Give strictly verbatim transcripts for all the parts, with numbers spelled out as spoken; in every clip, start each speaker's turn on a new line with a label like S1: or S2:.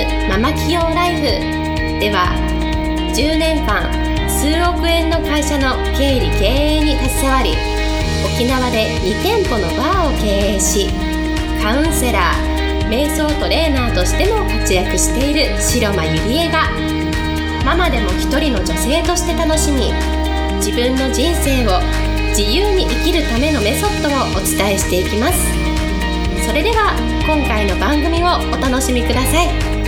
S1: ママ企業ライフでは、じゅうねんかん数億円の会社の経理経営に携わり、沖縄でにてんぽのバーを経営し、カウンセラー、瞑想トレーナーとしても活躍している白間ゆりえが、ママでも一人の女性として楽しみ、自分の人生を自由に生きるためのメソッドをお伝えしていきます。それでは今回の番組をお楽しみください。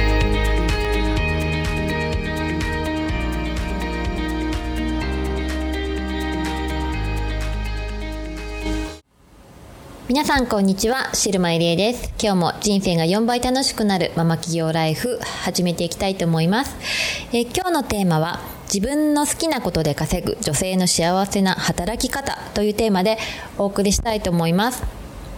S2: 皆さんこんにちは、白間入江です。今日も人生がよんばい楽しくなるママ企業ライフ始めていきたいと思います。えー、今日のテーマは、自分の好きなことで稼ぐ女性の幸せな働き方というテーマでお送りしたいと思います。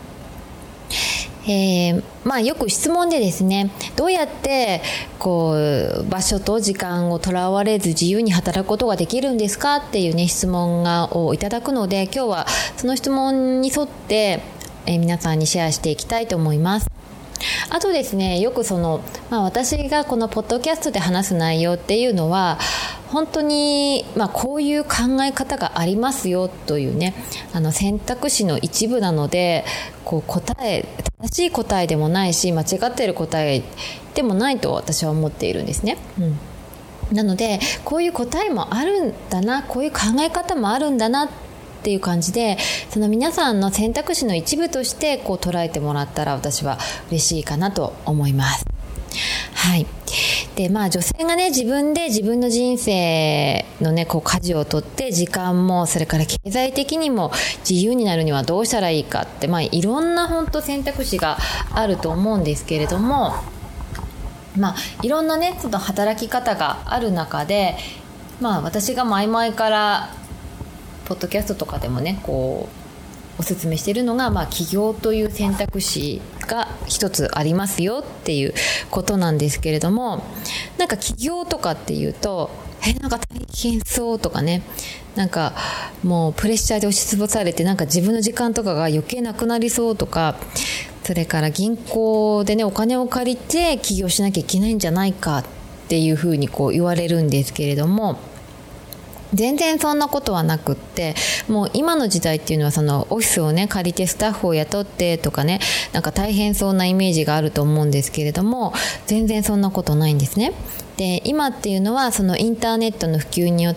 S2: えー、まあよく質問でですね、どうやってこう場所と時間をとらわれず自由に働くことができるんですかっていうね質問がをいただくので、今日はその質問に沿って、えー、皆さんにシェアしていきたいと思います。あとですね、よくその、まあ、私がこのポッドキャストで話す内容っていうのは本当に、まあ、こういう考え方がありますよというね、あの選択肢の一部なので、こう答え正しい答えでもないし、間違っている答えでもないと私は思っているんですね。うんなので、こういう答えもあるんだな、こういう考え方もあるんだなっていう感じで、その皆さんの選択肢の一部としてこう捉えてもらったら私は嬉しいかなと思います。はい。で、まあ女性がね、自分で自分の人生のね、こう舵を取って時間もそれから経済的にも自由になるにはどうしたらいいかって、まあいろんな本当選択肢があると思うんですけれども、まあいろんなね、その働き方がある中で、まあ私が前々からポッドキャストとかでもねこうお勧めしているのが、まあ、起業という選択肢が一つありますよっていうことなんですけれども、なんか起業とかっていうとえなんか大変そうとかね、なんかもうプレッシャーで押しつぶされて、なんか自分の時間とかが余計なくなりそうとか、それから銀行でねお金を借りて起業しなきゃいけないんじゃないかっていうふうにこう言われるんですけれども、全然そんなことはなくって、もう今の時代っていうのはそのオフィスをね借りてスタッフを雇ってとかね、なんか大変そうなイメージがあると思うんですけれども、全然そんなことないんですね。で、今っていうのはそのインターネットの普及によって、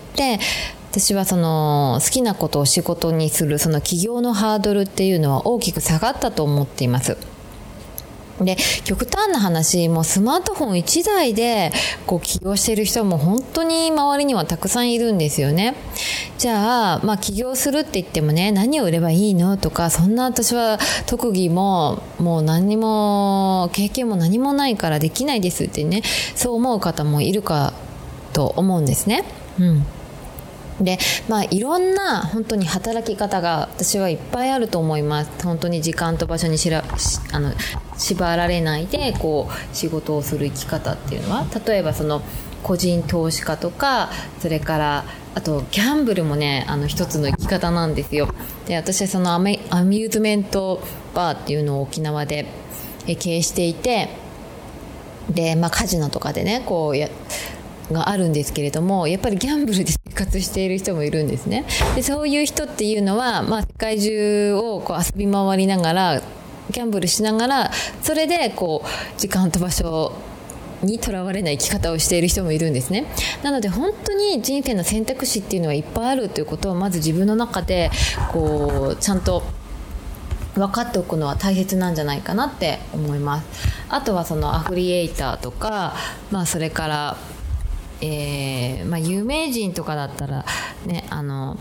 S2: 私はその好きなことを仕事にするその起業のハードルっていうのは大きく下がったと思っています。で、極端な話、もうスマートフォンいちだいでこう起業している人も本当に周りにはたくさんいるんですよね。じゃあ、まあ起業するって言ってもね、何を売ればいいのとか、そんな私は特技ももう何も経験も何もないからできないですってね、そう思う方もいるかと思うんですね。うんで、まあいろんな本当に働き方が私はいっぱいあると思います。本当に時間と場所にしらあの縛られないでこう仕事をする生き方っていうのは、例えばその個人投資家とか、それからあとギャンブルもね、あの一つの生き方なんですよ。で、私はそのアミューズメントバーっていうのを沖縄で経営していて、で、まあカジノとかでねこうやがあるんですけれども、やっぱりギャンブルで生活している人もいるんですね。で、そういう人っていうのは、まあ、世界中をこう遊び回りながらギャンブルしながら、それでこう時間と場所にとらわれない生き方をしている人もいるんですね。なので本当に人生の選択肢っていうのはいっぱいあるということを、まず自分の中でこうちゃんと分かっておくのは大切なんじゃないかなって思います。あとはそのアフリエイターとか、まあ、それからえーまあ、有名人とかだったらね、あの、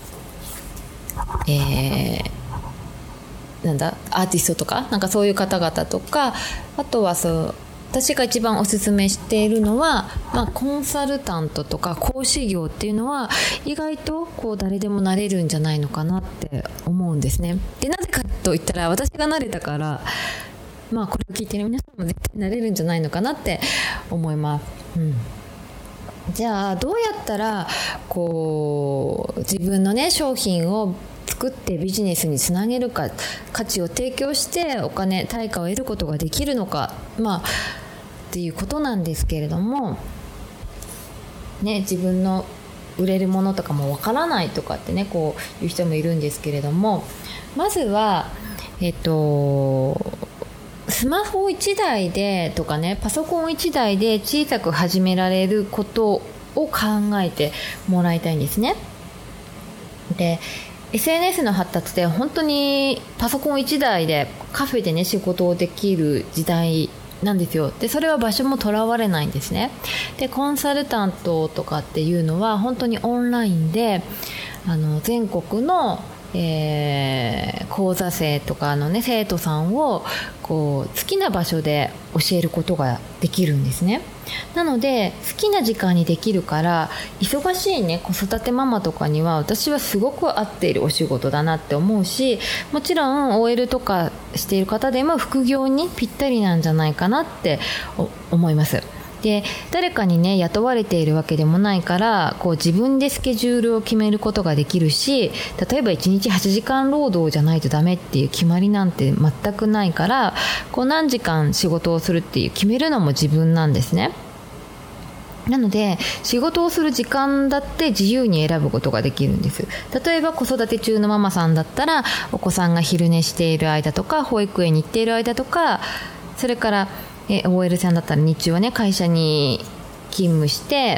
S2: えー、なんだアーティストとかなんかそういう方々とか、あとはそう私が一番おすすめしているのは、まあ、コンサルタントとか講師業っていうのは意外とこう誰でもなれるんじゃないのかなって思うんですね。で、なぜかと言ったら、私がなれたから、まあ、これを聞いている皆さんも絶対なれるんじゃないのかなって思います。うんじゃあどうやったらこう自分のね商品を作ってビジネスにつなげるか、価値を提供してお金対価を得ることができるのか、まあっていうことなんですけれどもね、自分の売れるものとかもわからないとかってねこういう人もいるんですけれども、まずはえっとスマホいちだいでとかねパソコンいちだいで小さく始められることを考えてもらいたいんですね。で エスエヌエス の発達で本当にパソコンいちだいでカフェでね仕事をできる時代なんですよ。でそれは場所もとらわれないんですね。でコンサルタントとかっていうのは本当にオンラインであの全国の、えー、講座生とかの、ね、生徒さんをこう好きな場所で教えることができるんですね。なので好きな時間にできるから忙しい、ね、子育てママとかには私はすごく合っているお仕事だなって思うし、もちろん オーエル とかしている方でも副業にぴったりなんじゃないかなって思います。で誰かにね雇われているわけでもないからこう自分でスケジュールを決めることができるし、例えばいちにちはちじかん労働じゃないとダメっていう決まりなんて全くないから、こう何時間仕事をするっていう決めるのも自分なんですね。なので仕事をする時間だって自由に選ぶことができるんです。例えば子育て中のママさんだったらお子さんが昼寝している間とか保育園に行っている間とか、それからえ オーエル さんだったら日中はね会社に勤務して、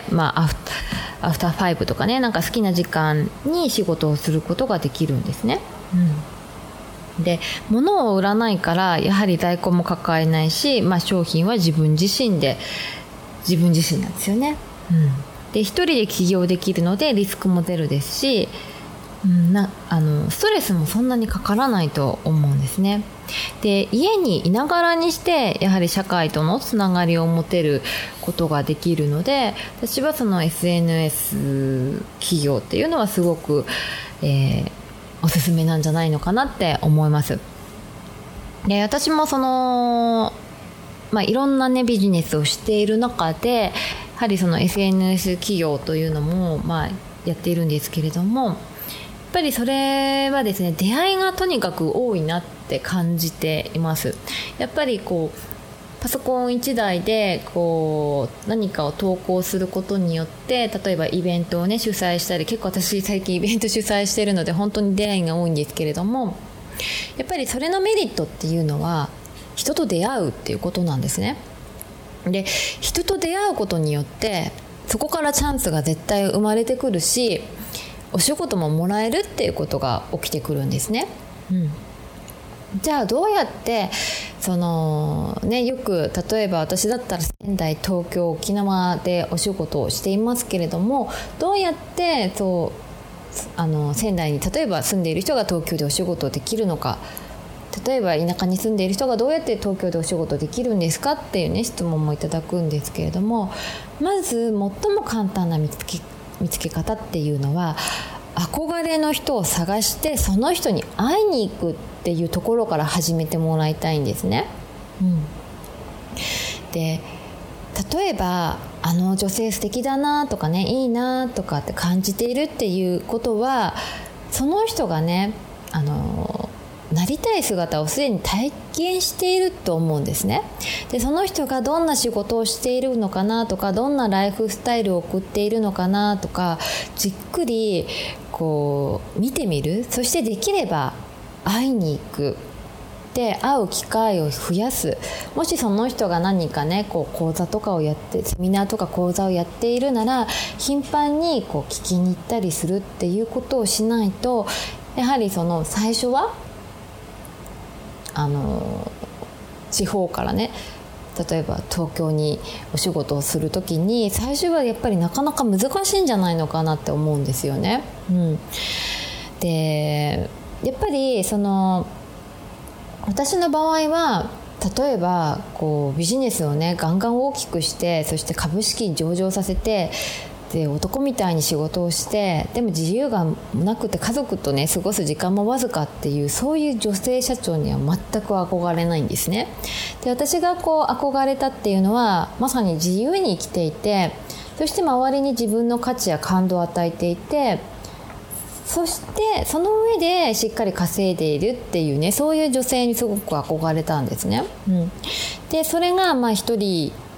S2: まあ、アフター、アフターファイブとかねなんか好きな時間に仕事をすることができるんですね、うん、で物を売らないからやはり在庫も抱えないし、まあ、商品は自分自身で自分自身なんですよね、うん、で一人で起業できるのでリスクもゼロですし、うん、なあのストレスもそんなにかからないと思うんですね。で家にいながらにしてやはり社会とのつながりを持てることができるので、私はその エスエヌエス 企業っていうのはすごく、えー、おすすめなんじゃないのかなって思います。で私もその、まあ、いろんな、ね、ビジネスをしている中でやはりその エスエヌエス 企業というのも、まあ、やっているんですけれども、やっぱりそれはですね出会いがとにかく多いなって感じています。やっぱりこうパソコンいちだいでこう何かを投稿することによって例えばイベントを、ね、主催したり、結構私最近イベント主催しているので本当に出会いが多いんですけれども、やっぱりそれのメリットっていうのは人と出会うっていうことなんですね。で人と出会うことによってそこからチャンスが絶対生まれてくるし、お仕事ももらえるっていうことが起きてくるんですね、うん、じゃあどうやってその、ね、よく例えば私だったら仙台、東京、沖縄でお仕事をしていますけれども、どうやってそうあの仙台に例えば住んでいる人が東京でお仕事できるのか、例えば田舎に住んでいる人がどうやって東京でお仕事できるんですかっていう、ね、質問もいただくんですけれども、まず最も簡単な見つけ見つけ方っていうのは憧れの人を探してその人に会いに行くっていうところから始めてもらいたいんですね、うん、で例えばあの女性素敵だなとかねいいなとかって感じているっていうことはその人がねあのなりたい姿をすでに体験していると思うんですね。でその人がどんな仕事をしているのかなとか、どんなライフスタイルを送っているのかなとか、じっくりこう見てみる。そしてできれば会いに行く。で会う機会を増やす。もしその人が何かねこう講座とかをやってセミナーとか講座をやっているなら頻繁にこう聞きに行ったりするっていうことをしないと、やはりその最初はあの地方からね例えば東京にお仕事をするときに最初はやっぱりなかなか難しいんじゃないのかなって思うんですよね、うん、でやっぱりその私の場合は例えばこうビジネスをねガンガン大きくして、そして株式に上場させてで男みたいに仕事をして、でも自由がなくて家族とね過ごす時間もわずかっていう、そういう女性社長には全く憧れないんですね。で私がこう憧れたっていうのはまさに自由に生きていて、そして周りに自分の価値や感動を与えていて、そしてその上でしっかり稼いでいるっていうね、そういう女性にすごく憧れたんですね、うん、でそれがまあ一人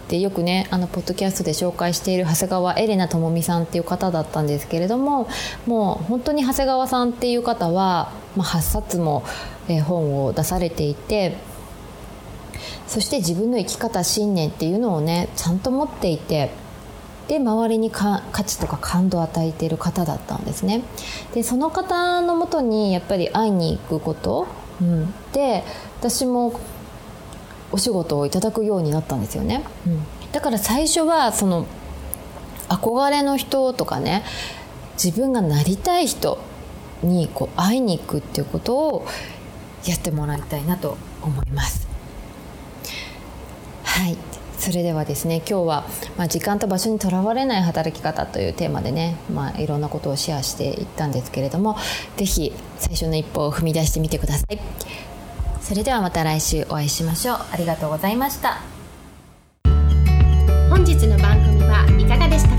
S2: でよくねあのポッドキャストで紹介している長谷川エレナ智美さんっていう方だったんですけれども、もう本当に長谷川さんっていう方は、まあ、はっさつも、えー、本を出されていて、そして自分の生き方信念っていうのをねちゃんと持っていて、で周りにか価値とか感動を与えている方だったんですね。でその方のもとにやっぱり会いに行くこと、うん、で私もお仕事をいただくようになったんですよね、うん、だから最初はその憧れの人とかね、自分がなりたい人にこう会いに行くっていうことをやってもらいたいなと思います。はい、それではですね、今日は、まあ、時間と場所にとらわれない働き方というテーマでね、まあ、いろんなことをシェアしていったんですけれども、ぜひ最初の一歩を踏み出してみてください。それではまた来週お会いしましょう。ありがとうございました。
S1: 本日の番組はいかがでした